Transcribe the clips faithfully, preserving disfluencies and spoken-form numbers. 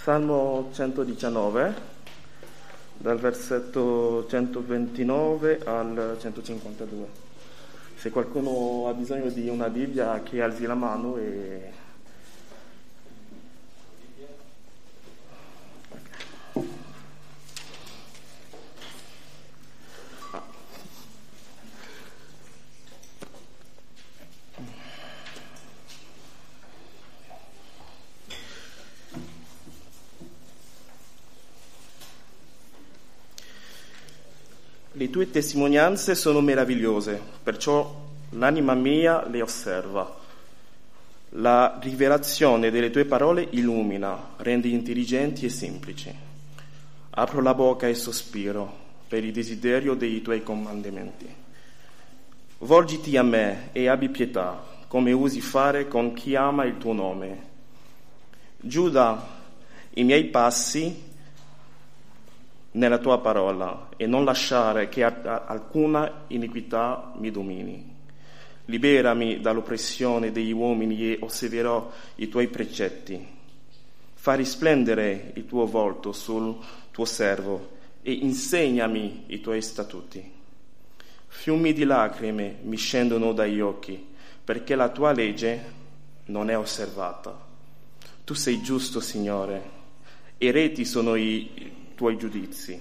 Salmo centodiciannove, dal versetto centoventinove al centocinquantadue. Se qualcuno ha bisogno di una Bibbia, che alzi la mano e... Le tue testimonianze sono meravigliose, perciò l'anima mia le osserva. La rivelazione delle tue parole illumina, rende intelligenti e semplici. Apro la bocca e sospiro per il desiderio dei tuoi comandamenti. Volgiti a me e abbi pietà, come usi fare con chi ama il tuo nome. Giuda i miei passi nella tua parola e non lasciare che alcuna iniquità mi domini. Liberami dall'oppressione degli uomini e osserverò i tuoi precetti. Fa risplendere il tuo volto sul tuo servo e insegnami i tuoi statuti. Fiumi di lacrime mi scendono dagli occhi, perché la tua legge non è osservata. Tu sei giusto, Signore, e reti sono i tuoi giudizi.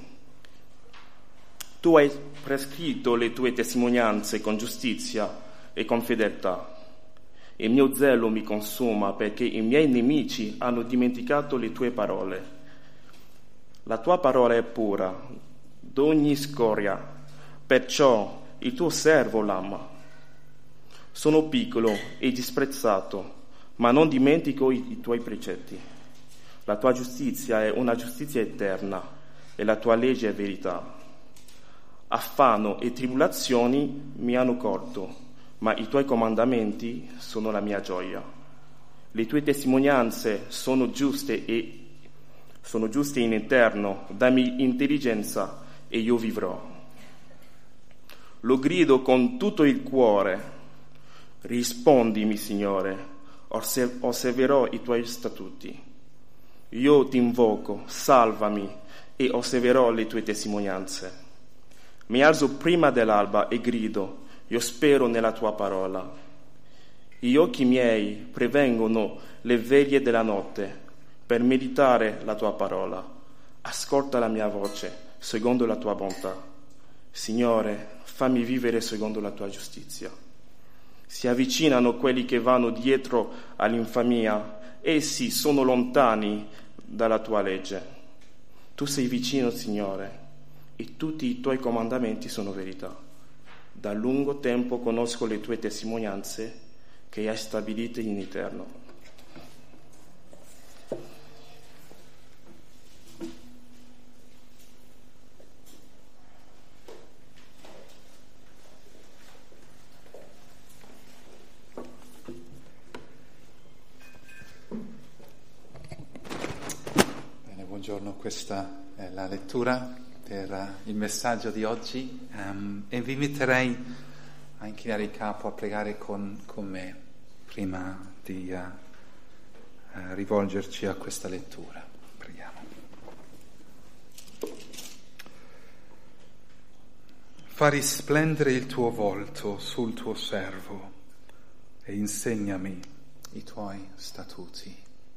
Tu hai prescritto le tue testimonianze con giustizia e con fedeltà. Il mio zelo mi consuma perché i miei nemici hanno dimenticato le tue parole. La tua parola è pura d'ogni scoria, perciò il tuo servo l'ama. Sono piccolo e disprezzato, ma non dimentico i, i tuoi precetti. La tua giustizia è una giustizia eterna e la tua legge è verità. Affanno e tribolazioni mi hanno colto, ma i tuoi comandamenti sono la mia gioia. Le tue testimonianze sono giuste e sono giuste in eterno. Dammi intelligenza e io vivrò. Lo grido con tutto il cuore. Rispondimi, Signore, osserverò i tuoi statuti. Io ti invoco, salvami e osserverò le tue testimonianze. Mi alzo prima dell'alba e grido, io spero nella tua parola. Gli occhi miei prevengono le veglie della notte per meditare la tua parola. Ascolta la mia voce secondo la tua bontà. Signore, fammi vivere secondo la tua giustizia. Si avvicinano quelli che vanno dietro all'infamia, essi sono lontani dalla tua legge. Tu sei vicino, Signore, e tutti i tuoi comandamenti sono verità. Da lungo tempo conosco le tue testimonianze che hai stabilite in eterno. Buongiorno, questa è la lettura per il messaggio di oggi um, e vi inviterei a inchinare il capo, a pregare con, con me prima di uh, uh, rivolgerci a questa lettura. Preghiamo. Fa risplendere il tuo volto sul tuo servo e insegnami i tuoi statuti.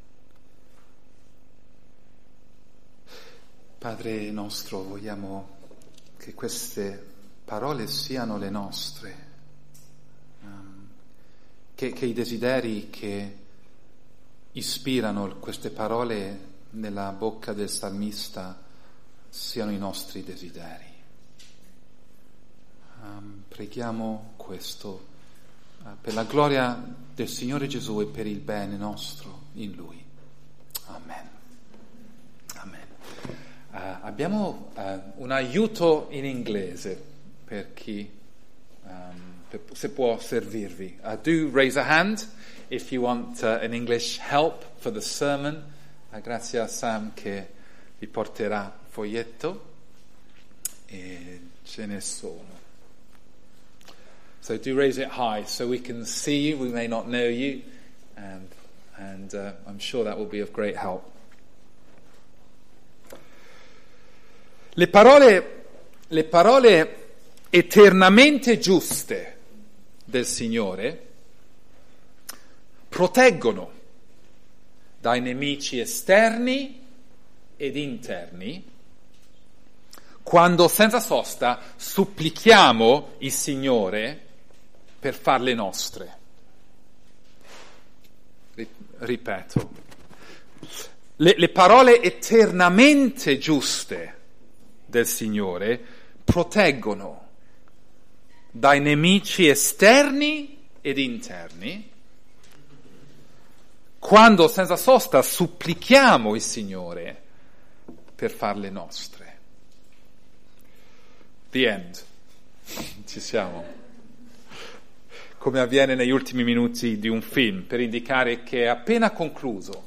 Padre nostro, vogliamo che queste parole siano le nostre, um, che, che i desideri che ispirano queste parole nella bocca del salmista siano i nostri desideri. Um, preghiamo questo uh, per la gloria del Signore Gesù e per il bene nostro in Lui. Amen. Uh, abbiamo uh, un aiuto in inglese per chi um, per, se può servirvi. Uh, do raise a hand if you want uh, an English help for the sermon. Uh, grazie a Sam che vi porterà foglietto e ce ne sono. So do raise it high so we can see you. We may not know you, and and uh, I'm sure that will be of great help. Le parole, le parole eternamente giuste del Signore proteggono dai nemici esterni ed interni quando senza sosta supplichiamo il Signore per farle nostre. Ripeto, le, le parole eternamente giuste del Signore proteggono dai nemici esterni ed interni quando senza sosta supplichiamo il Signore per farle nostre. The end. Ci siamo. Come avviene negli ultimi minuti di un film, per indicare che è appena concluso.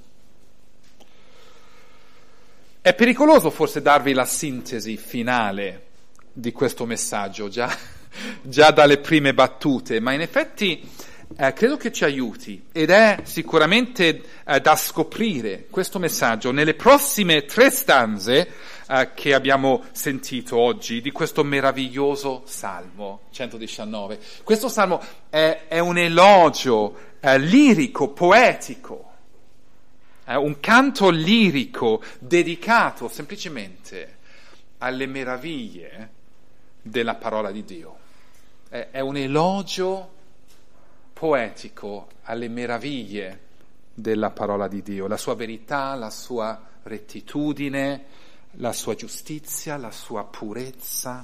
È pericoloso forse darvi la sintesi finale di questo messaggio, già, già dalle prime battute, ma in effetti eh, credo che ci aiuti ed è sicuramente eh, da scoprire questo messaggio nelle prossime tre stanze eh, che abbiamo sentito oggi di questo meraviglioso Salmo centodiciannove. Questo Salmo è, è un elogio eh, lirico, poetico, eh, un canto lirico dedicato semplicemente alle meraviglie della parola di Dio. È, è un elogio poetico alle meraviglie della parola di Dio, la sua verità, la sua rettitudine, la sua giustizia, la sua purezza.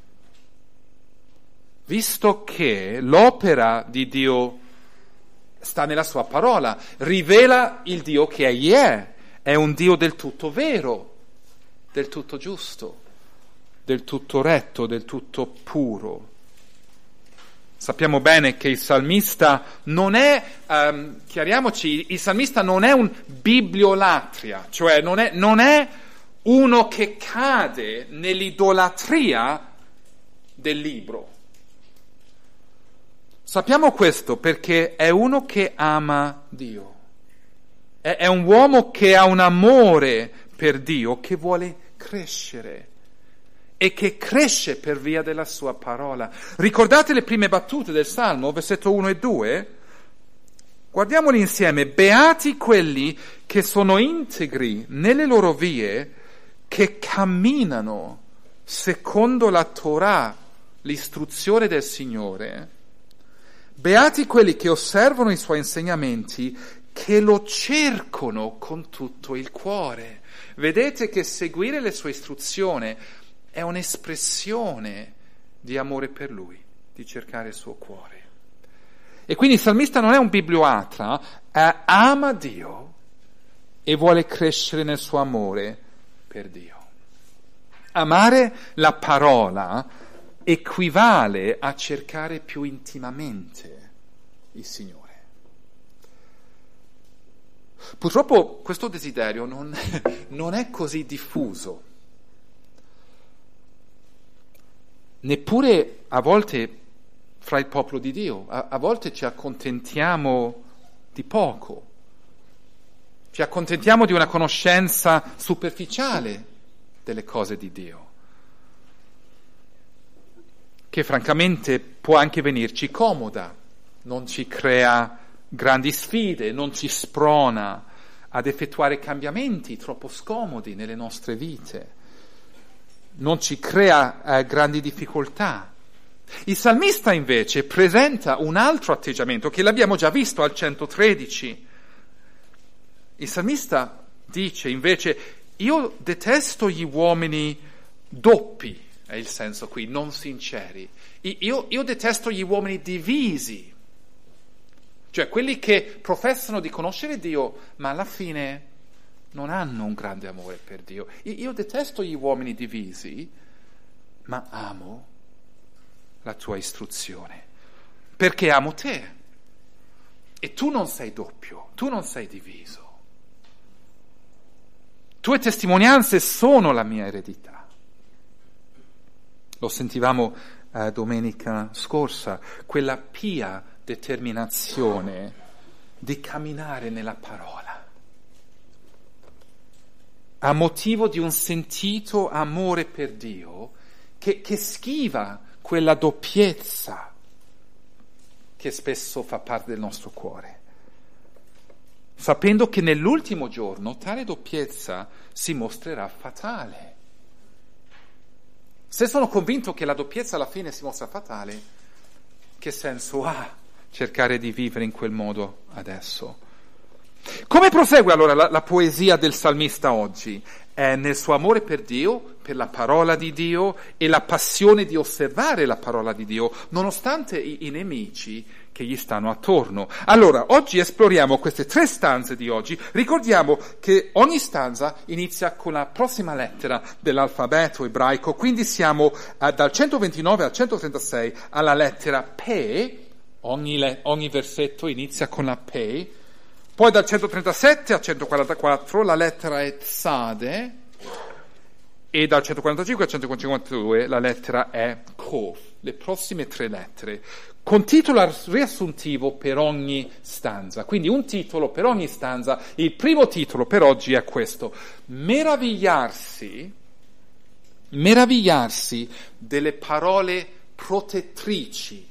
Visto che l'opera di Dio sta nella sua parola, rivela il Dio che egli è, è un Dio del tutto vero, del tutto giusto, del tutto retto, del tutto puro. Sappiamo bene che il salmista non è, um, chiariamoci, il salmista non è un bibliolatria, cioè non è, non è uno che cade nell'idolatria del libro. Sappiamo questo perché è uno che ama Dio, è, è un uomo che ha un amore per Dio, che vuole crescere e che cresce per via della sua parola. Ricordate le prime battute del Salmo, versetto uno e due? Guardiamoli insieme. Beati quelli che sono integri nelle loro vie, che camminano secondo la Torah, l'istruzione del Signore. Beati quelli che osservano i suoi insegnamenti, che lo cercano con tutto il cuore. Vedete che seguire le sue istruzioni è un'espressione di amore per Lui, di cercare il suo cuore. E quindi il salmista non è un biblioatra, eh, ama Dio e vuole crescere nel suo amore per Dio. Amare la parola equivale a cercare più intimamente il Signore. Purtroppo questo desiderio non, non è così diffuso. Neppure a volte fra il popolo di Dio, a, a volte ci accontentiamo di poco, ci accontentiamo di una conoscenza superficiale delle cose di Dio, che francamente può anche venirci comoda, non ci crea grandi sfide, non ci sprona ad effettuare cambiamenti troppo scomodi nelle nostre vite, non ci crea eh, grandi difficoltà. Il salmista invece presenta un altro atteggiamento che l'abbiamo già visto al centotredici. Il salmista dice invece: io detesto gli uomini doppi, è il senso qui, non sinceri. Io, io detesto gli uomini divisi, cioè quelli che professano di conoscere Dio, ma alla fine non hanno un grande amore per Dio. Io detesto gli uomini divisi, ma amo la tua istruzione, perché amo te. E tu non sei doppio, tu non sei diviso. Tue testimonianze sono la mia eredità. Lo sentivamo eh, domenica scorsa, quella pia determinazione di camminare nella parola. a motivo di un sentito amore per Dio che, che schiva quella doppiezza che spesso fa parte del nostro cuore, sapendo che nell'ultimo giorno tale doppiezza si mostrerà fatale. Se sono convinto che la doppiezza alla fine si mostra fatale, che senso ha cercare di vivere in quel modo adesso? Come prosegue allora la, la poesia del salmista oggi? È nel suo amore per Dio, per la parola di Dio e la passione di osservare la parola di Dio, nonostante i, i nemici che gli stanno attorno. Allora, oggi esploriamo queste tre stanze di oggi. Ricordiamo che ogni stanza inizia con la prossima lettera dell'alfabeto ebraico, quindi siamo eh, dal centoventinove al centotrentasei alla lettera Pe, ogni, le, ogni versetto inizia con la Pe. Poi dal centotrentasette al centoquarantaquattro la lettera è Tsade e dal centoquarantacinque al centocinquantadue la lettera è Kof, le prossime tre lettere, con titolo riassuntivo per ogni stanza. Quindi un titolo per ogni stanza. Il primo titolo per oggi è questo: meravigliarsi, meravigliarsi delle parole protettrici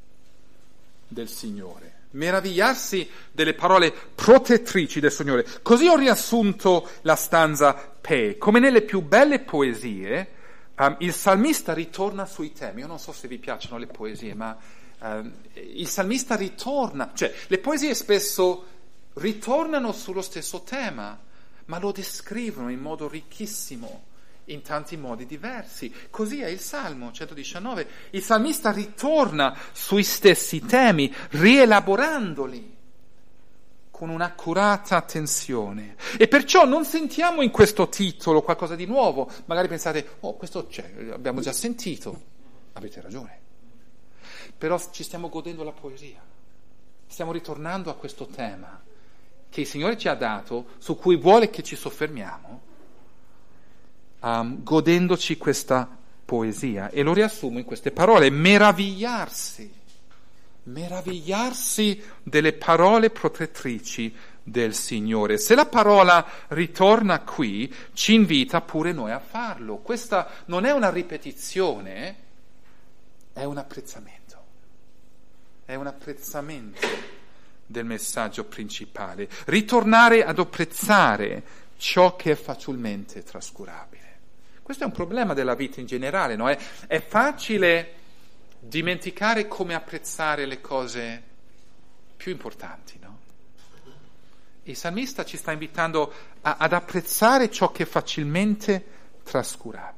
del Signore. Meravigliarsi delle parole protettrici del Signore. Così ho riassunto la stanza Pe. Come nelle più belle poesie, um, il salmista ritorna sui temi. Io non so se vi piacciono le poesie, ma um, il salmista ritorna, cioè le poesie spesso ritornano sullo stesso tema, ma lo descrivono in modo ricchissimo, in tanti modi diversi. Così è il Salmo centodiciannove. Il salmista ritorna sui stessi temi, rielaborandoli con un'accurata attenzione. E perciò non sentiamo in questo titolo qualcosa di nuovo. Magari pensate, oh, questo c'è, abbiamo già sentito. Avete ragione. Però ci stiamo godendo la poesia. Stiamo ritornando a questo tema che il Signore ci ha dato, su cui vuole che ci soffermiamo, Um, godendoci questa poesia. E lo riassumo in queste parole: meravigliarsi, meravigliarsi delle parole protettrici del Signore. Se la parola ritorna qui, ci invita pure noi a farlo. Questa non è una ripetizione, è un apprezzamento. È un apprezzamento del messaggio principale. Ritornare ad apprezzare ciò che è facilmente trascurabile. Questo è un problema della vita in generale, no? È, è facile dimenticare come apprezzare le cose più importanti, no? Il salmista ci sta invitando a, ad apprezzare ciò che è facilmente trascurabile.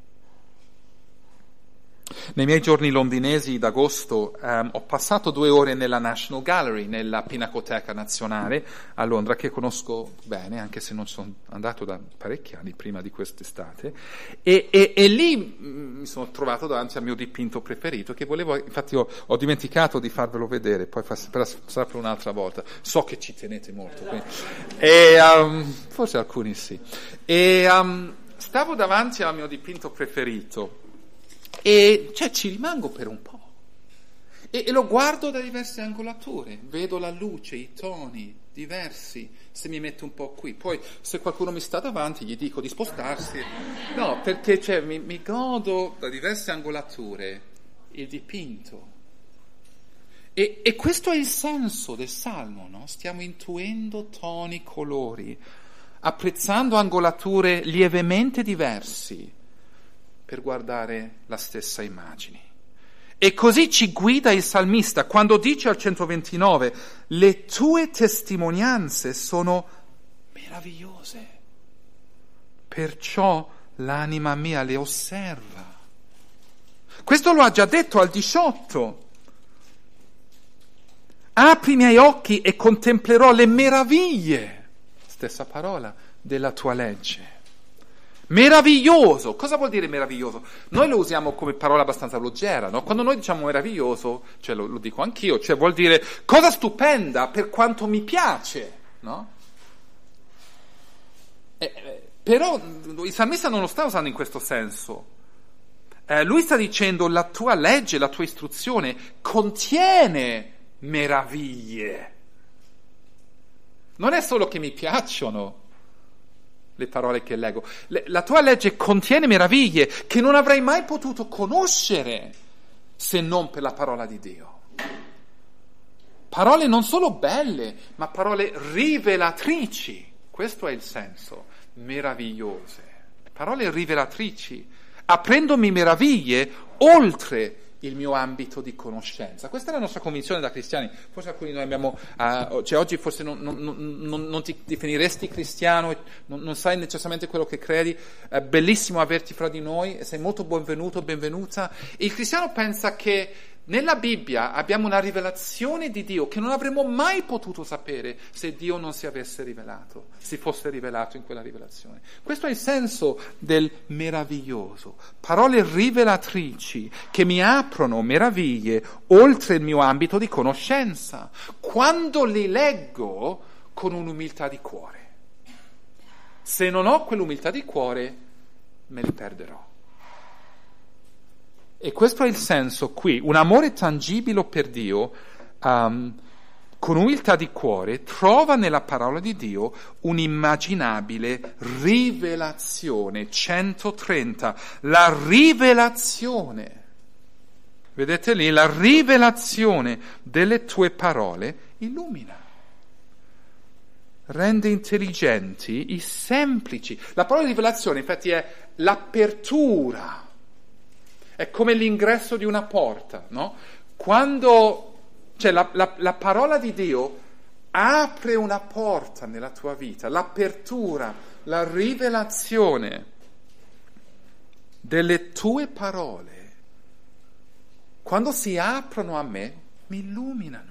Nei miei giorni londinesi d'agosto um, ho passato due ore nella National Gallery, nella Pinacoteca Nazionale a Londra, che conosco bene, anche se non sono andato da parecchi anni prima di quest'estate, e, e, e lì mh, mi sono trovato davanti al mio dipinto preferito, che volevo, infatti ho, ho dimenticato di farvelo vedere, poi sarà per un'altra volta, so che ci tenete molto, quindi. E, um, forse alcuni sì, e um, stavo davanti al mio dipinto preferito, e cioè ci rimango per un po' e, e lo guardo da diverse angolature, vedo la luce, i toni diversi, se mi metto un po' qui, poi se qualcuno mi sta davanti gli dico di spostarsi, no, perché cioè, mi, mi godo da diverse angolature il dipinto. E, e questo è il senso del Salmo, no? Stiamo intuendo toni, colori, apprezzando angolature lievemente diversi per guardare la stessa immagine. E così ci guida il salmista quando dice al centoventinove: le tue testimonianze sono meravigliose, perciò l'anima mia le osserva. Questo lo ha già detto al diciotto: apri i miei occhi e contemplerò le meraviglie, stessa parola, della tua legge. Meraviglioso, cosa vuol dire meraviglioso? Noi lo usiamo come parola abbastanza leggera, no? Quando noi diciamo meraviglioso, cioè lo, lo dico anch'io, cioè vuol dire cosa stupenda per quanto mi piace, no? Eh, eh, però il salmista non lo sta usando in questo senso. Eh, lui sta dicendo: la tua legge, la tua istruzione contiene meraviglie. Non è solo che mi piacciono, le parole che leggo. Le, la tua legge contiene meraviglie che non avrei mai potuto conoscere se non per la parola di Dio. Parole non solo belle, ma parole rivelatrici. Questo è il senso, meravigliose. Parole rivelatrici, aprendomi meraviglie oltre il mio ambito di conoscenza. Questa è la nostra convinzione da cristiani. Forse alcuni di noi abbiamo, uh, cioè oggi forse non, non, non, non ti definiresti cristiano, non, non sai necessariamente quello che credi, è bellissimo averti fra di noi, sei molto benvenuto, benvenuta. Il cristiano pensa che nella Bibbia abbiamo una rivelazione di Dio che non avremmo mai potuto sapere se Dio non si avesse rivelato, si fosse rivelato in quella rivelazione. Questo è il senso del meraviglioso. Parole rivelatrici che mi aprono meraviglie oltre il mio ambito di conoscenza, quando li leggo con un'umiltà di cuore. Se non ho quell'umiltà di cuore, me li perderò. E questo è il senso qui, un amore tangibile per Dio, um, con umiltà di cuore, trova nella parola di Dio un'immaginabile rivelazione. centotrenta, la rivelazione. Vedete lì, la rivelazione delle tue parole illumina. Rende intelligenti i semplici. La parola rivelazione infatti è l'apertura. È come l'ingresso di una porta, no? Quando, cioè la, la, la parola di Dio apre una porta nella tua vita, l'apertura, la rivelazione delle tue parole, quando si aprono a me, mi illuminano.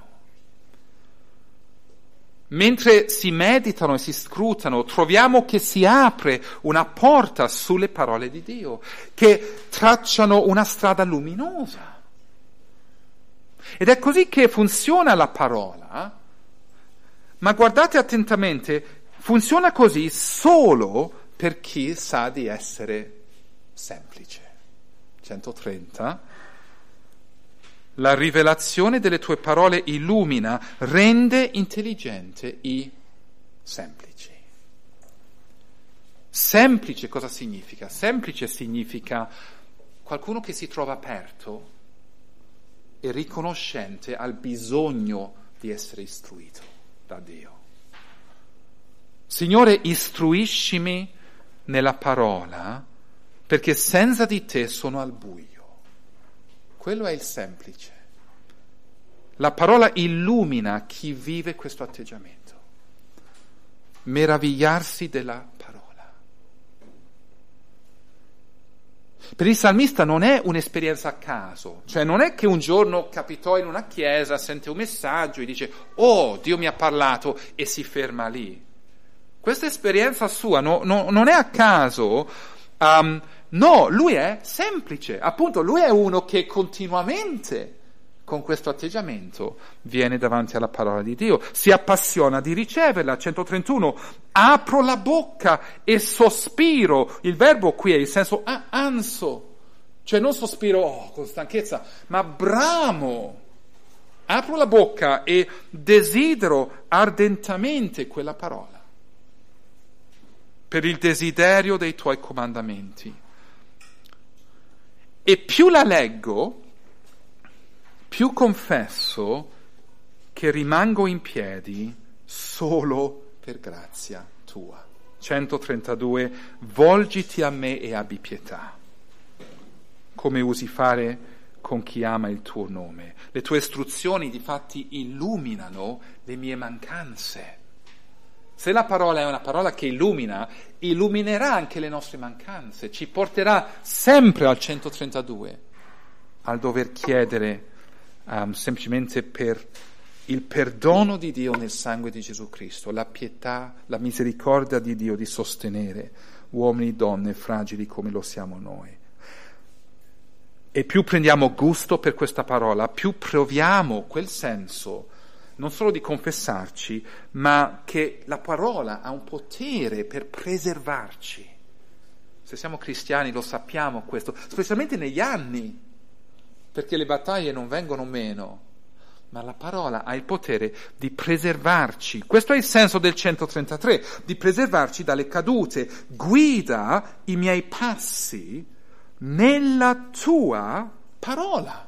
Mentre si meditano e si scrutano, troviamo che si apre una porta sulle parole di Dio, che tracciano una strada luminosa. Ed è così che funziona la parola, ma guardate attentamente, funziona così solo per chi sa di essere semplice. centotrenta. La rivelazione delle tue parole illumina, rende intelligente i semplici. Semplice cosa significa? Semplice significa qualcuno che si trova aperto e riconoscente al bisogno di essere istruito da Dio. Signore, istruiscimi nella parola, perché senza di te sono al buio. Quello è il semplice. La parola illumina chi vive questo atteggiamento. Meravigliarsi della parola. Per il salmista non è un'esperienza a caso, cioè non è che un giorno capitò in una chiesa, sente un messaggio e dice «Oh, Dio mi ha parlato» e si ferma lì. Questa esperienza sua no, no, non è a caso. Um, No, lui è semplice, appunto lui è uno che continuamente con questo atteggiamento viene davanti alla parola di Dio, si appassiona di riceverla. centotrentuno, apro la bocca e sospiro, il verbo qui è il senso ah, anso, cioè non sospiro oh, con stanchezza, ma bramo, apro la bocca e desidero ardentemente quella parola, per il desiderio dei tuoi comandamenti. E più la leggo, più confesso che rimango in piedi solo per grazia tua. centotrentadue, volgiti a me e abbi pietà, come usi fare con chi ama il tuo nome. Le tue istruzioni difatti illuminano le mie mancanze. Se la parola è una parola che illumina, illuminerà anche le nostre mancanze, ci porterà sempre al centotrentadue, al dover chiedere um, semplicemente per il perdono di Dio nel sangue di Gesù Cristo, la pietà, la misericordia di Dio di sostenere uomini e donne fragili come lo siamo noi. E più prendiamo gusto per questa parola, più proviamo quel senso non solo di confessarci, ma che la parola ha un potere per preservarci. Se siamo cristiani lo sappiamo questo, specialmente negli anni, perché le battaglie non vengono meno, ma la parola ha il potere di preservarci. Questo è il senso del centotrentatré, di preservarci dalle cadute. Guida i miei passi nella tua parola.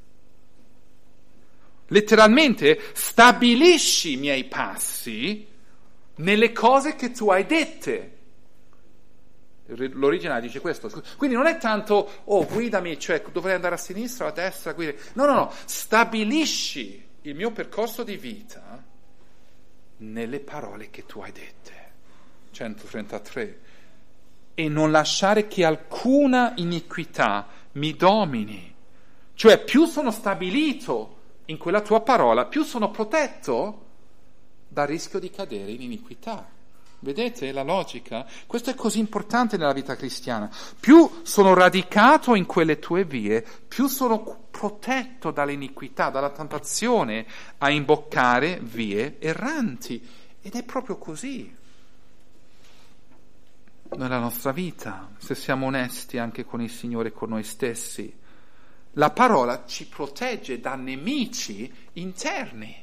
Letteralmente, stabilisci i miei passi nelle cose che tu hai dette. L'originale dice questo. Quindi non è tanto, oh, guidami, cioè dovrei andare a sinistra o a destra. Guida. No, no, no. Stabilisci il mio percorso di vita nelle parole che tu hai dette. centotrentatré. E non lasciare che alcuna iniquità mi domini. Cioè, più sono stabilito in quella tua parola, più sono protetto dal rischio di cadere in iniquità. Vedete la logica? Questo è così importante nella vita cristiana. Più sono radicato in quelle tue vie, più sono protetto dall'iniquità, dalla tentazione a imboccare vie erranti. Ed è proprio così nella nostra vita, se siamo onesti anche con il Signore e con noi stessi. La parola ci protegge da nemici interni.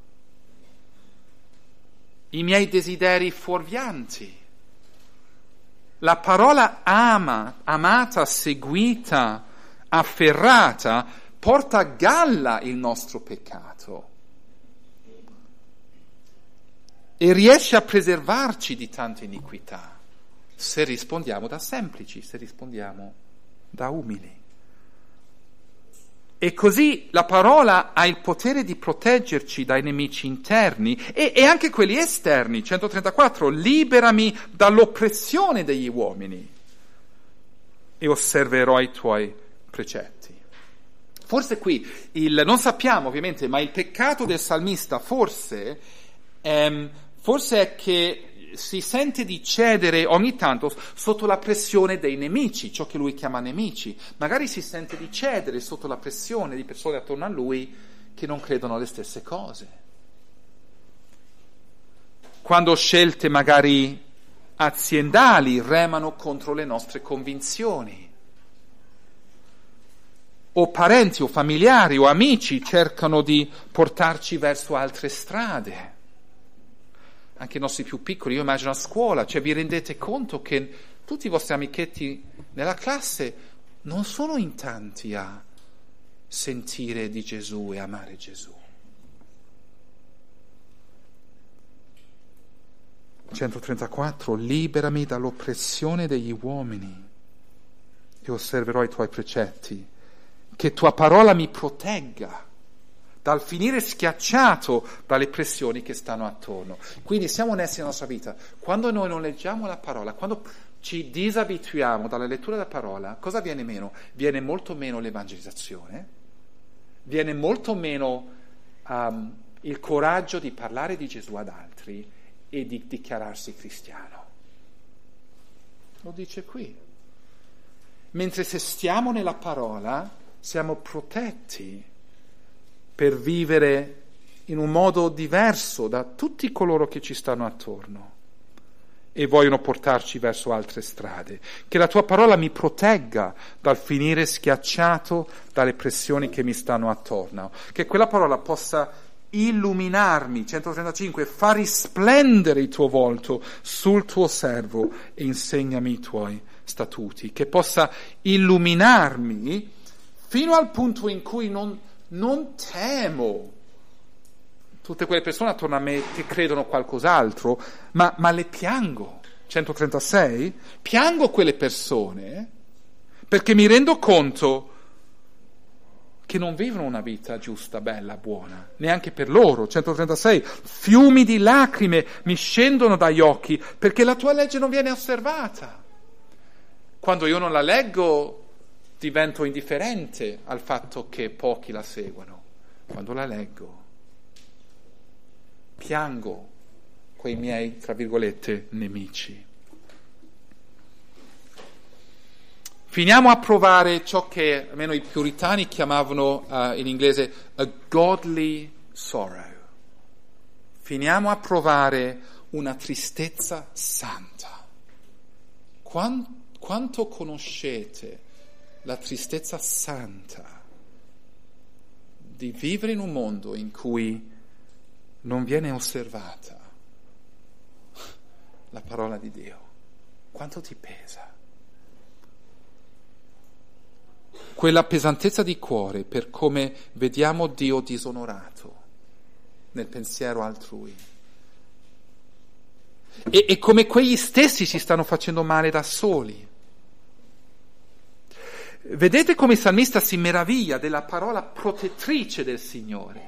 I miei desideri fuorvianti. La parola ama, amata, seguita, afferrata, porta a galla il nostro peccato e riesce a preservarci di tante iniquità, se rispondiamo da semplici, se rispondiamo da umili. E così la parola ha il potere di proteggerci dai nemici interni e, e anche quelli esterni. centotrentaquattro, liberami dall'oppressione degli uomini e osserverò i tuoi precetti. Forse qui, il, non sappiamo ovviamente, ma il peccato del salmista forse, ehm, forse è che si sente di cedere ogni tanto sotto la pressione dei nemici, ciò che lui chiama nemici. Magari si sente di cedere sotto la pressione di persone attorno a lui che non credono alle stesse cose. Quando scelte magari aziendali remano contro le nostre convinzioni, o parenti o familiari o amici cercano di portarci verso altre strade. Anche i nostri più piccoli, io immagino a scuola, cioè vi rendete conto che tutti i vostri amichetti nella classe non sono in tanti a sentire di Gesù e amare Gesù. centotrentaquattro, liberami dall'oppressione degli uomini e osserverò i tuoi precetti, che tua parola mi protegga dal finire schiacciato dalle pressioni che stanno attorno. Quindi siamo onesti nella nostra vita. Quando noi non leggiamo la parola, quando ci disabituiamo dalla lettura della parola, cosa viene meno? Viene molto meno l'evangelizzazione, viene molto meno um, il coraggio di parlare di Gesù ad altri e di dichiararsi cristiano. Lo dice qui. Mentre se stiamo nella parola, siamo protetti per vivere in un modo diverso da tutti coloro che ci stanno attorno e vogliono portarci verso altre strade. Che la tua parola mi protegga dal finire schiacciato dalle pressioni che mi stanno attorno. Che quella parola possa illuminarmi, centotrentacinque, fa risplendere il tuo volto sul tuo servo e insegnami i tuoi statuti. Che possa illuminarmi fino al punto in cui non Non temo tutte quelle persone attorno a me che credono qualcos'altro, ma, ma le piango. centotrentasei, piango quelle persone perché mi rendo conto che non vivono una vita giusta, bella, buona, neanche per loro. centotrentasei, fiumi di lacrime mi scendono dagli occhi perché la tua legge non viene osservata. Quando io non la leggo divento indifferente al fatto che pochi la seguono. Quando la leggo, piango quei miei, tra virgolette, nemici. Finiamo a provare ciò che almeno i puritani chiamavano uh, in inglese a godly sorrow. Finiamo a provare una tristezza santa. Quant, quanto conoscete la tristezza santa di vivere in un mondo in cui non viene osservata la parola di Dio. Quanto ti pesa? Quella pesantezza di cuore per come vediamo Dio disonorato nel pensiero altrui. E, e come quegli stessi si stanno facendo male da soli. Vedete come il salmista si meraviglia della parola protettrice del Signore.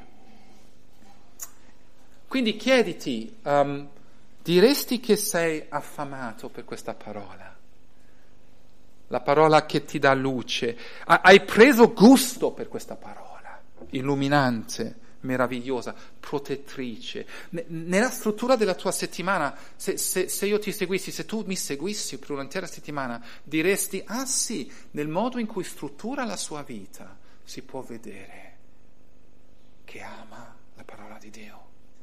Quindi chiediti, um, diresti che sei affamato per questa parola? La parola che ti dà luce. Hai preso gusto per questa parola, illuminante, meravigliosa, protettrice. Nella struttura della tua settimana, se, se, se io ti seguissi, se tu mi seguissi per un'intera settimana, diresti, ah sì, nel modo in cui struttura la sua vita si può vedere che ama la parola di Dio.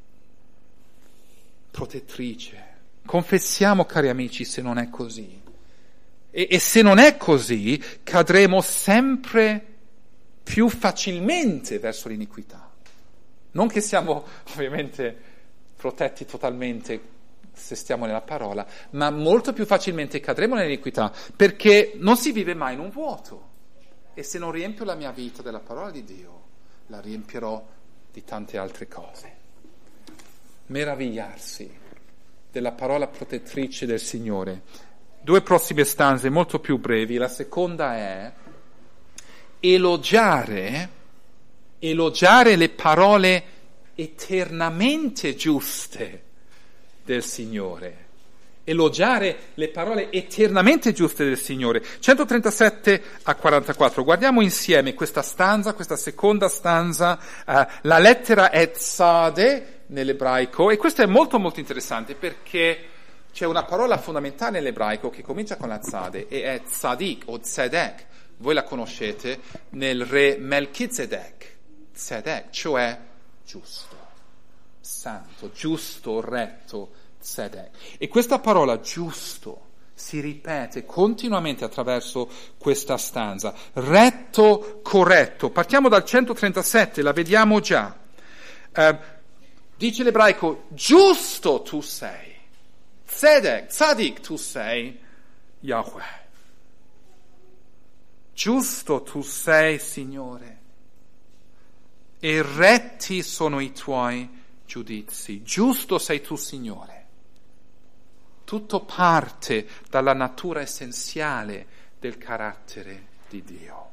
Protettrice. Confessiamo, cari amici, se non è così. E, e se non è così, cadremo sempre più facilmente verso l'iniquità. Non che siamo ovviamente protetti totalmente se stiamo nella parola, ma molto più facilmente cadremo nell'iniquità, perché non si vive mai in un vuoto. E se non riempio la mia vita della parola di Dio, la riempirò di tante altre cose. Meravigliarsi della parola protettrice del Signore. Due prossime stanze molto più brevi. La seconda è elogiare, elogiare le parole eternamente giuste del Signore. Elogiare le parole eternamente giuste del Signore. centotrentasette a quarantaquattro. Guardiamo insieme questa stanza, questa seconda stanza. Uh, la lettera è tzade nell'ebraico, e questo è molto molto interessante perché c'è una parola fondamentale nell'ebraico che comincia con la tzade e è tzadik o tzedek. Voi la conoscete nel re Melchizedek, tzedek, cioè giusto, santo, giusto, retto, tzedek. E questa parola giusto si ripete continuamente attraverso questa stanza. Retto, corretto. Partiamo dal centotrentasette, la vediamo già. Uh, dice l'ebraico, giusto tu sei. Tzedek, tzadik tu sei, Yahweh. Giusto tu sei, Signore, e retti sono i tuoi giudizi. Giusto sei tu, Signore. Tutto parte dalla natura essenziale del carattere di Dio.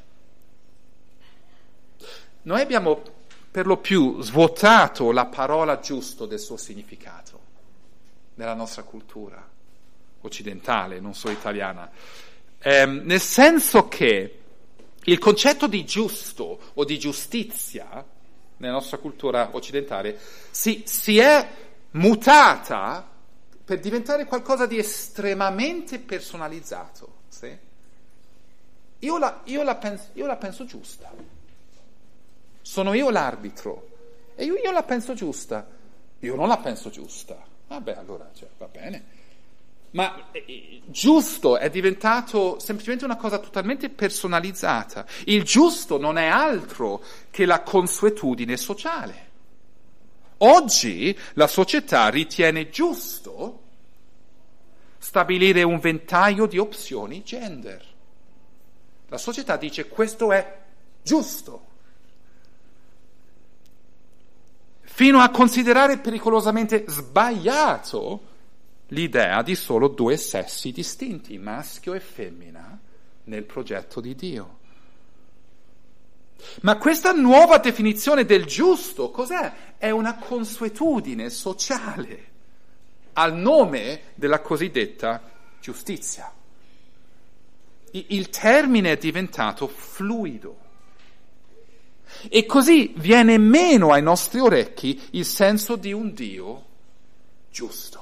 Noi abbiamo per lo più svuotato la parola giusto del suo significato nella nostra cultura occidentale, non solo italiana, ehm, nel senso che il concetto di giusto o di giustizia nella nostra cultura occidentale si, si è mutata per diventare qualcosa di estremamente personalizzato. Sì? Io, la, io, la penso, io la penso giusta. Sono io l'arbitro e io, io la penso giusta. Io non la penso giusta. Vabbè, allora cioè, va bene. Ma eh, giusto è diventato semplicemente una cosa totalmente personalizzata. Il giusto non è altro che la consuetudine sociale. Oggi la società ritiene giusto stabilire un ventaglio di opzioni gender. La società dice questo è giusto, fino a considerare pericolosamente sbagliato l'idea di solo due sessi distinti, maschio e femmina, nel progetto di Dio. Ma questa nuova definizione del giusto, cos'è? È una consuetudine sociale al nome della cosiddetta giustizia. Il termine è diventato fluido. E così viene meno ai nostri orecchi il senso di un Dio giusto.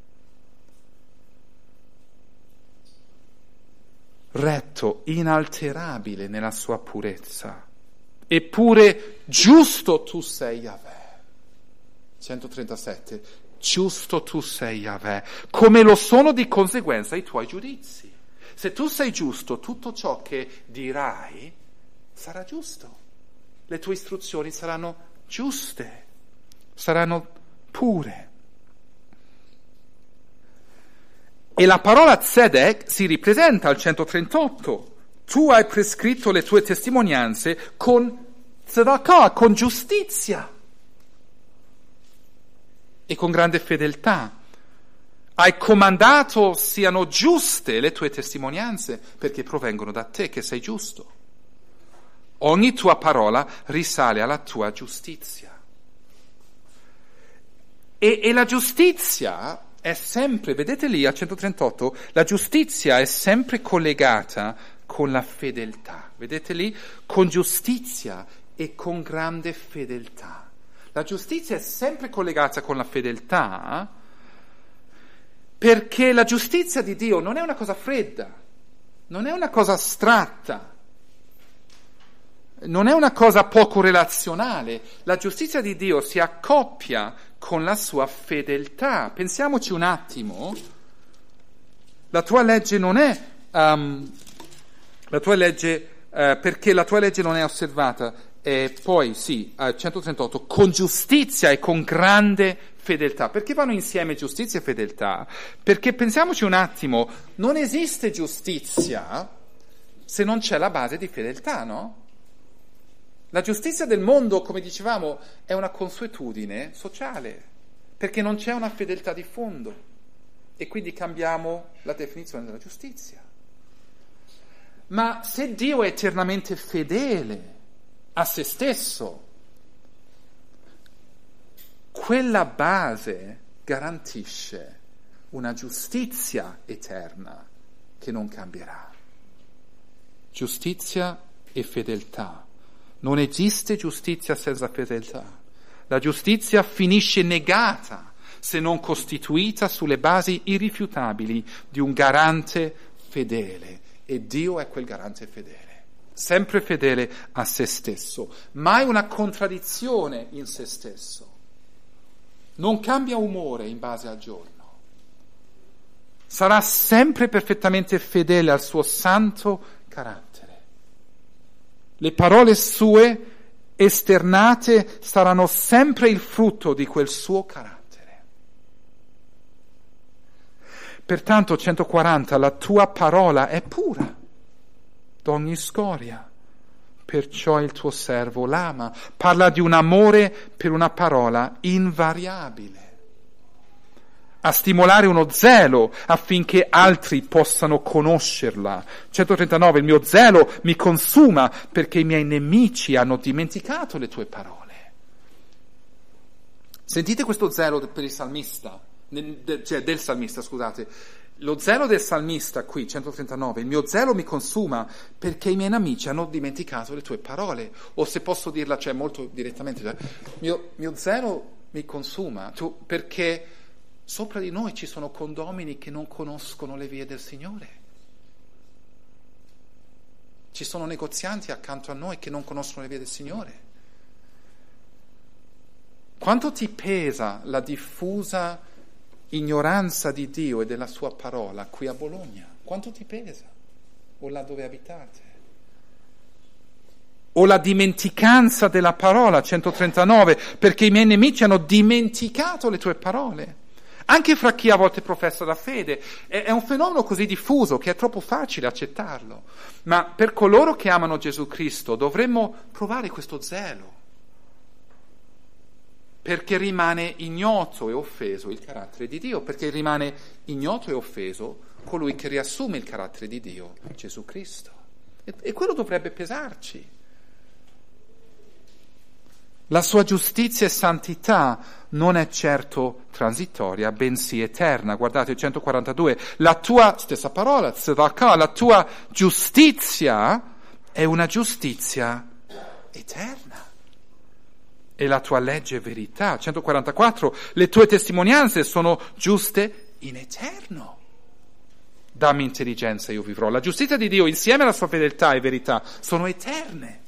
Retto, inalterabile nella sua purezza. Eppure giusto tu sei, Yahweh. centotrentasette. Giusto tu sei, Yahweh, come lo sono di conseguenza i tuoi giudizi. Se tu sei giusto, tutto ciò che dirai sarà giusto. le tue istruzioni saranno giuste, saranno pure. E la parola tzedek si ripresenta al centotrentotto. Tu hai prescritto le tue testimonianze con tzedakah, con giustizia e con grande fedeltà. Hai comandato siano giuste le tue testimonianze perché provengono da te che sei giusto. Ogni tua parola risale alla tua giustizia. E, e la giustizia è sempre, vedete lì al centotrentotto, la giustizia è sempre collegata con la fedeltà. Vedete lì? Con giustizia e con grande fedeltà. La giustizia è sempre collegata con la fedeltà perché la giustizia di Dio non è una cosa fredda, non è una cosa astratta, non è una cosa poco relazionale. La giustizia di Dio si accoppia con la sua fedeltà. Pensiamoci un attimo. La tua legge non è um, la tua legge uh, perché la tua legge non è osservata. E poi sì, al centotrentotto, con giustizia e con grande fedeltà. Perché vanno insieme giustizia e fedeltà? Perché pensiamoci un attimo, non esiste giustizia se non c'è la base di fedeltà, no? La giustizia del mondo, come dicevamo, è una consuetudine sociale, perché non c'è una fedeltà di fondo. E quindi cambiamo la definizione della giustizia. Ma se Dio è eternamente fedele a se stesso, quella base garantisce una giustizia eterna che non cambierà. Giustizia e fedeltà. Non esiste giustizia senza fedeltà. La giustizia finisce negata se non costituita sulle basi irrifiutabili di un garante fedele. E Dio è quel garante fedele. Sempre fedele a se stesso, mai una contraddizione in se stesso. Non cambia umore in base al giorno. Sarà sempre perfettamente fedele al suo santo carattere. Le parole sue esternate saranno sempre il frutto di quel suo carattere. Pertanto, centoquaranta, la tua parola è pura d'ogni scoria, perciò il tuo servo l'ama. Parla di un amore per una parola invariabile, a stimolare uno zelo affinché altri possano conoscerla. centotrentanove, il mio zelo mi consuma perché i miei nemici hanno dimenticato le tue parole. Sentite questo zelo per il salmista, cioè del salmista, scusate. Lo zelo del salmista qui, centotrentanove, il mio zelo mi consuma perché i miei nemici hanno dimenticato le tue parole. O se posso dirla, cioè molto direttamente, cioè, mio, mio zelo mi consuma tu, perché sopra di noi ci sono condomini che non conoscono le vie del Signore. Ci sono negozianti accanto a noi che non conoscono le vie del Signore. Quanto ti pesa la diffusa ignoranza di Dio e della sua parola qui a Bologna? Quanto ti pesa? O là dove abitate? O la dimenticanza della parola, centotrentanove, perché i miei nemici hanno dimenticato le tue parole. Anche fra chi a volte professa la fede. È, è un fenomeno così diffuso che è troppo facile accettarlo. Ma per coloro che amano Gesù Cristo dovremmo provare questo zelo, perché rimane ignoto e offeso il carattere di Dio, perché rimane ignoto e offeso colui che riassume il carattere di Dio, Gesù Cristo. E, e quello dovrebbe pesarci. La sua giustizia e santità non è certo transitoria, bensì eterna. Guardate il centoquarantadue, la tua, stessa parola, tzedakah, la tua giustizia è una giustizia eterna. E la tua legge è verità. centoquarantaquattro, le tue testimonianze sono giuste in eterno. Dammi intelligenza, io vivrò. La giustizia di Dio insieme alla sua fedeltà e verità sono eterne.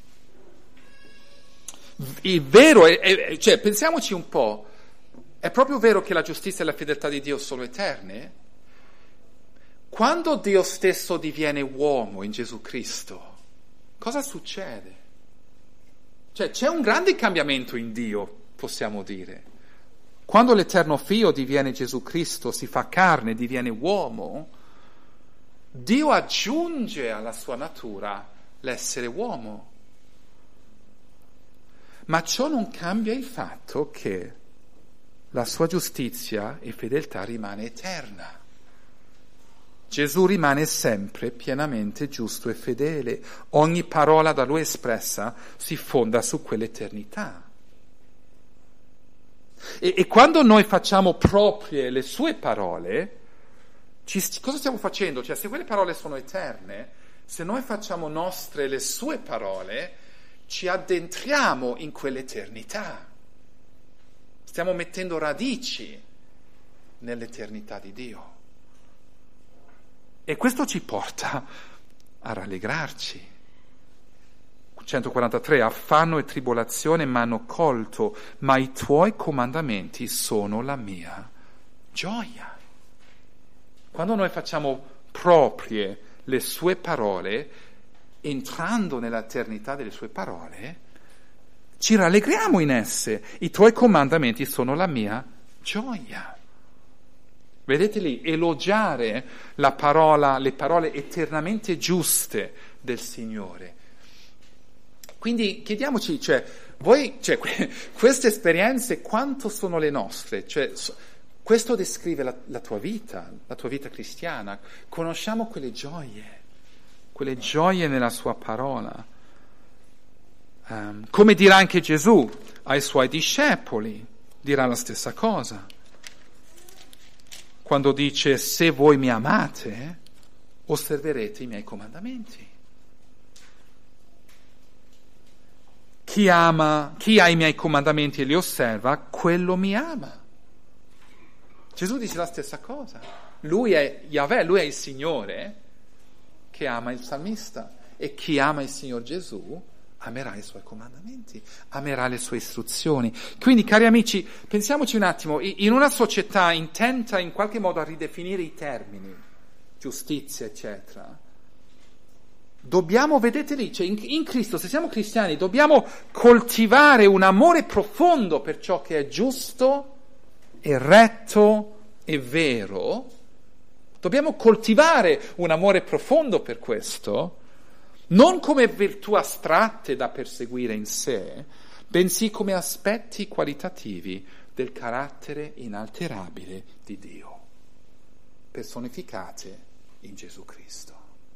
Il vero è, è, cioè pensiamoci un po', è proprio vero che la giustizia e la fedeltà di Dio sono eterne? Quando Dio stesso diviene uomo in Gesù Cristo, cosa succede? Cioè c'è un grande cambiamento in Dio, possiamo dire. Quando l'Eterno Figlio diviene Gesù Cristo, si fa carne, diviene uomo, Dio aggiunge alla sua natura l'essere uomo. Ma ciò non cambia il fatto che la sua giustizia e fedeltà rimane eterna. Gesù rimane sempre pienamente giusto e fedele. Ogni parola da lui espressa si fonda su quell'eternità. E, e quando noi facciamo proprie le sue parole, ci, cosa stiamo facendo? Cioè, se quelle parole sono eterne, se noi facciamo nostre le sue parole, ci addentriamo in quell'eternità. Stiamo mettendo radici nell'eternità di Dio. E questo ci porta a rallegrarci. centoquarantatré, affanno e tribolazione m'hanno colto, ma i tuoi comandamenti sono la mia gioia. Quando noi facciamo proprie le sue parole, entrando nell'eternità delle sue parole, ci rallegriamo in esse. I tuoi comandamenti sono la mia gioia. Vedete lì, elogiare la parola, le parole eternamente giuste del Signore. Quindi chiediamoci, cioè, voi, cioè, queste esperienze quanto sono le nostre? Cioè, questo descrive la, la tua vita, la tua vita cristiana. Conosciamo quelle gioie, quelle gioie nella sua parola. Um, come dirà anche Gesù ai suoi discepoli, dirà la stessa cosa. Quando dice, se voi mi amate, osserverete i miei comandamenti. Chi ama, chi ha i miei comandamenti e li osserva, quello mi ama. Gesù dice la stessa cosa. Lui è Yahweh, lui è il Signore che ama il salmista. E chi ama il Signor Gesù amerà i suoi comandamenti, amerà le sue istruzioni. Quindi, cari amici, pensiamoci un attimo, in una società intenta in qualche modo a ridefinire i termini, giustizia, eccetera, dobbiamo, vedete lì, cioè in, in Cristo, se siamo cristiani, dobbiamo coltivare un amore profondo per ciò che è giusto e retto e vero. Dobbiamo coltivare un amore profondo per questo, non come virtù astratte da perseguire in sé, bensì come aspetti qualitativi del carattere inalterabile di Dio, personificate in Gesù Cristo.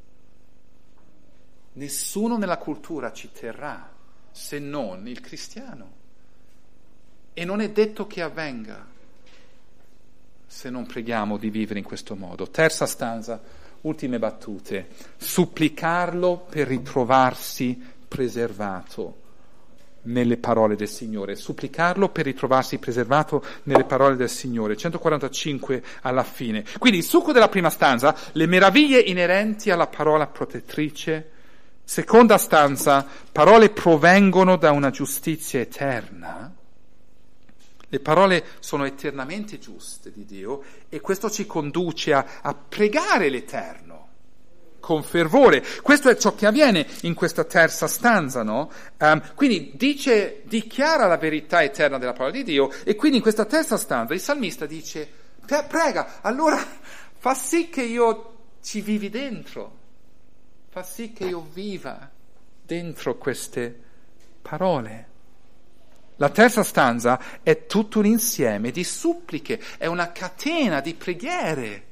Nessuno nella cultura ci terrà se non il cristiano. E non è detto che avvenga se non preghiamo di vivere in questo modo. Terza stanza, ultime battute. Supplicarlo per ritrovarsi preservato nelle parole del Signore. Supplicarlo per ritrovarsi preservato nelle parole del Signore. centoquarantacinque alla fine. Quindi il succo della prima stanza, le meraviglie inerenti alla parola protettrice. Seconda stanza, parole provengono da una giustizia eterna. Le parole sono eternamente giuste di Dio e questo ci conduce a, a pregare l'Eterno con fervore. Questo è ciò che avviene in questa terza stanza, no? Um, quindi dice, dichiara la verità eterna della parola di Dio e quindi in questa terza stanza il salmista dice, prega, allora fa sì che io ci vivi dentro. Fa sì che io viva dentro queste parole. La terza stanza è tutto un insieme di suppliche, è una catena di preghiere,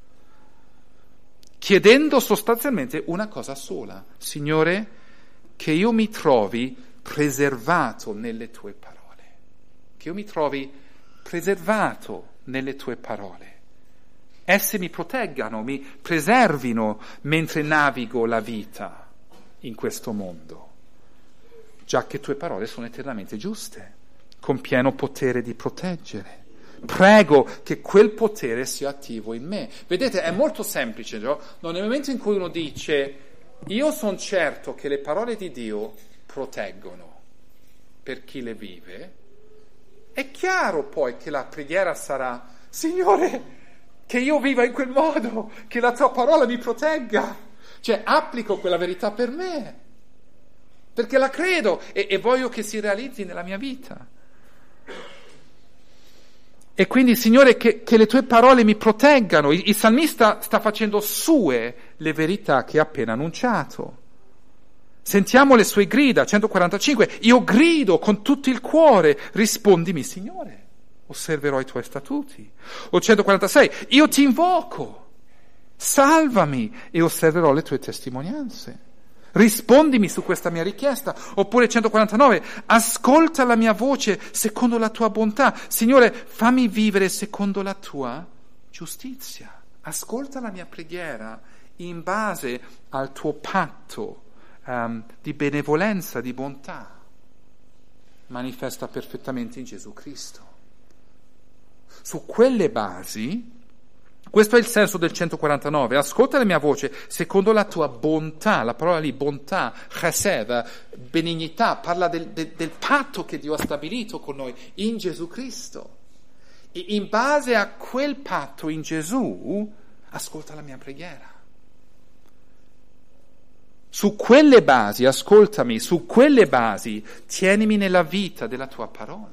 chiedendo sostanzialmente una cosa sola: Signore, che io mi trovi preservato nelle tue parole, che io mi trovi preservato nelle tue parole. Esse mi proteggano, mi preservino mentre navigo la vita in questo mondo, già che tue parole sono eternamente giuste, con pieno potere di proteggere. Prego che quel potere sia attivo in me. Vedete, è molto semplice, no? Nel momento in cui uno dice, io sono certo che le parole di Dio proteggono per chi le vive, è chiaro poi che la preghiera sarà, Signore, che io viva in quel modo, che la tua parola mi protegga. Cioè, applico quella verità per me. perché la credo e, e voglio che si realizzi nella mia vita. E quindi, Signore, che, che le tue parole mi proteggano. Il, il salmista sta facendo sue le verità che ha appena annunciato. Sentiamo le sue grida, centoquarantacinque, io grido con tutto il cuore, rispondimi, Signore, osserverò i tuoi statuti. O centoquarantasei, io ti invoco, salvami e osserverò le tue testimonianze. Rispondimi su questa mia richiesta. Oppure centoquarantanove, ascolta la mia voce secondo la tua bontà. Signore, fammi vivere secondo la tua giustizia. Ascolta la mia preghiera in base al tuo patto um, di benevolenza, di bontà, manifesta perfettamente in Gesù Cristo. Su quelle basi, questo è il senso del centoquarantanove, ascolta la mia voce secondo la tua bontà, la parola lì, bontà, chesed, benignità, parla del, del, del patto che Dio ha stabilito con noi in Gesù Cristo. E in base a quel patto in Gesù, ascolta la mia preghiera. Su quelle basi, ascoltami, su quelle basi, tienimi nella vita della tua parola.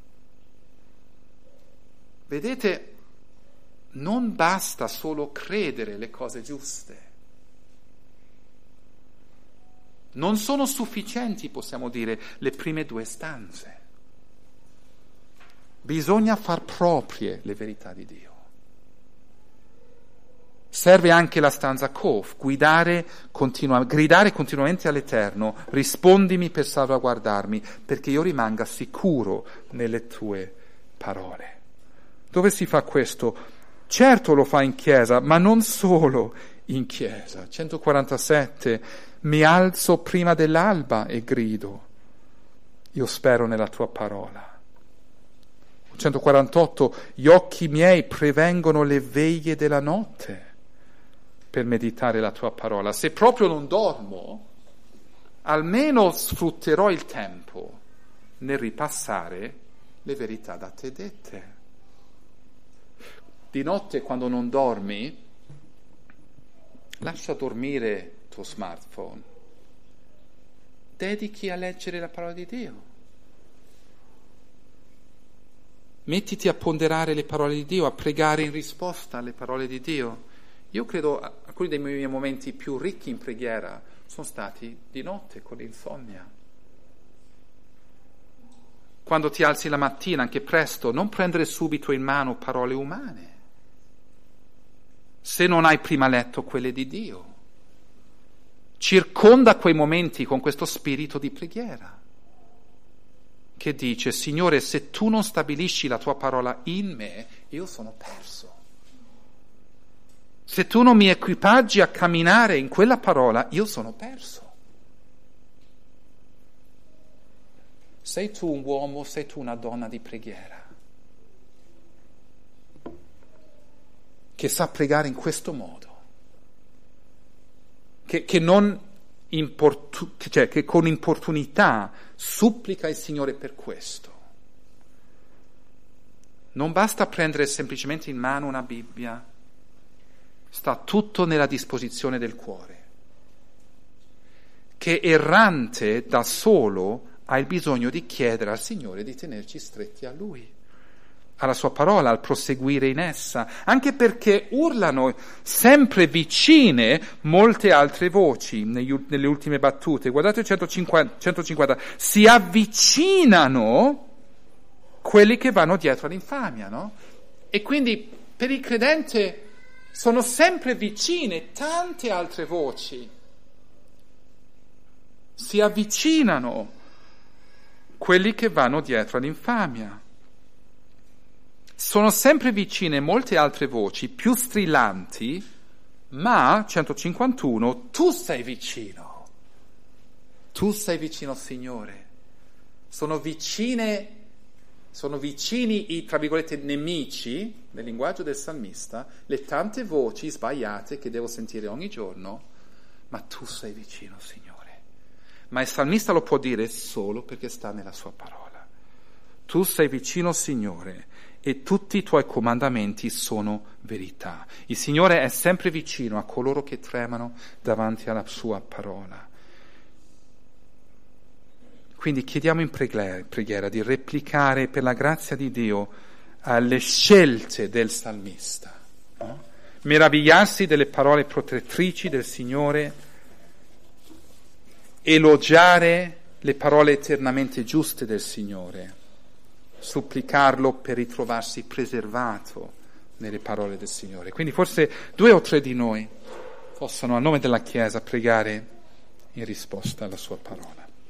Vedete, non basta solo credere le cose giuste. Non sono sufficienti, possiamo dire, le prime due stanze. Bisogna far proprie le verità di Dio. Serve anche la stanza Kof, guidare continua, gridare continuamente all'Eterno, rispondimi per salvaguardarmi, perché io rimanga sicuro nelle tue parole. Dove si fa questo? Certo lo fa in chiesa, ma non solo in chiesa. centoquarantasette, mi alzo prima dell'alba e grido, io spero nella tua parola. centoquarantotto, gli occhi miei prevengono le veglie della notte per meditare la tua parola. Se proprio non dormo, almeno sfrutterò il tempo nel ripassare le verità da te dette. Di notte, quando non dormi, lascia dormire il tuo smartphone. Dedichi a leggere la parola di Dio. Mettiti a ponderare le parole di Dio, a pregare in risposta alle parole di Dio. Io credo alcuni dei miei momenti più ricchi in preghiera sono stati di notte con l'insonnia. Quando ti alzi la mattina, anche presto, non prendere subito in mano parole umane, se non hai prima letto quelle di Dio. Circonda quei momenti con questo spirito di preghiera che dice, Signore, se tu non stabilisci la tua parola in me, io sono perso. Se tu non mi equipaggi a camminare in quella parola, io sono perso. Sei tu un uomo, sei tu una donna di preghiera, che sa pregare in questo modo, che, che non importu- cioè che con importunità supplica il Signore per questo. Non basta prendere semplicemente in mano una Bibbia, sta tutto nella disposizione del cuore, che errante da solo ha il bisogno di chiedere al Signore di tenerci stretti a Lui, alla sua parola, al proseguire in essa, anche perché urlano sempre vicine molte altre voci negli, nelle ultime battute. Guardate centocinquanta, centocinquanta, si avvicinano quelli che vanno dietro all'infamia, no? E quindi per il credente sono sempre vicine tante altre voci, si avvicinano quelli che vanno dietro all'infamia. Sono sempre vicine molte altre voci, più strillanti, ma, centocinquantuno, tu sei vicino. Tu sei vicino, Signore. Sono vicine, sono vicini i, tra virgolette, nemici, nel linguaggio del salmista, le tante voci sbagliate che devo sentire ogni giorno, ma tu sei vicino, Signore. Ma il salmista lo può dire solo perché sta nella sua parola. Tu sei vicino, Signore, e tutti i tuoi comandamenti sono verità. Il Signore è sempre vicino a coloro che tremano davanti alla sua parola. Quindi chiediamo in preghiera, preghiera di replicare per la grazia di Dio uh, le scelte del salmista, no? Meravigliarsi delle parole protettrici del Signore, elogiare le parole eternamente giuste del Signore, supplicarlo per ritrovarsi preservato nelle parole del Signore. Quindi forse due o tre di noi possono a nome della Chiesa pregare in risposta alla sua parola.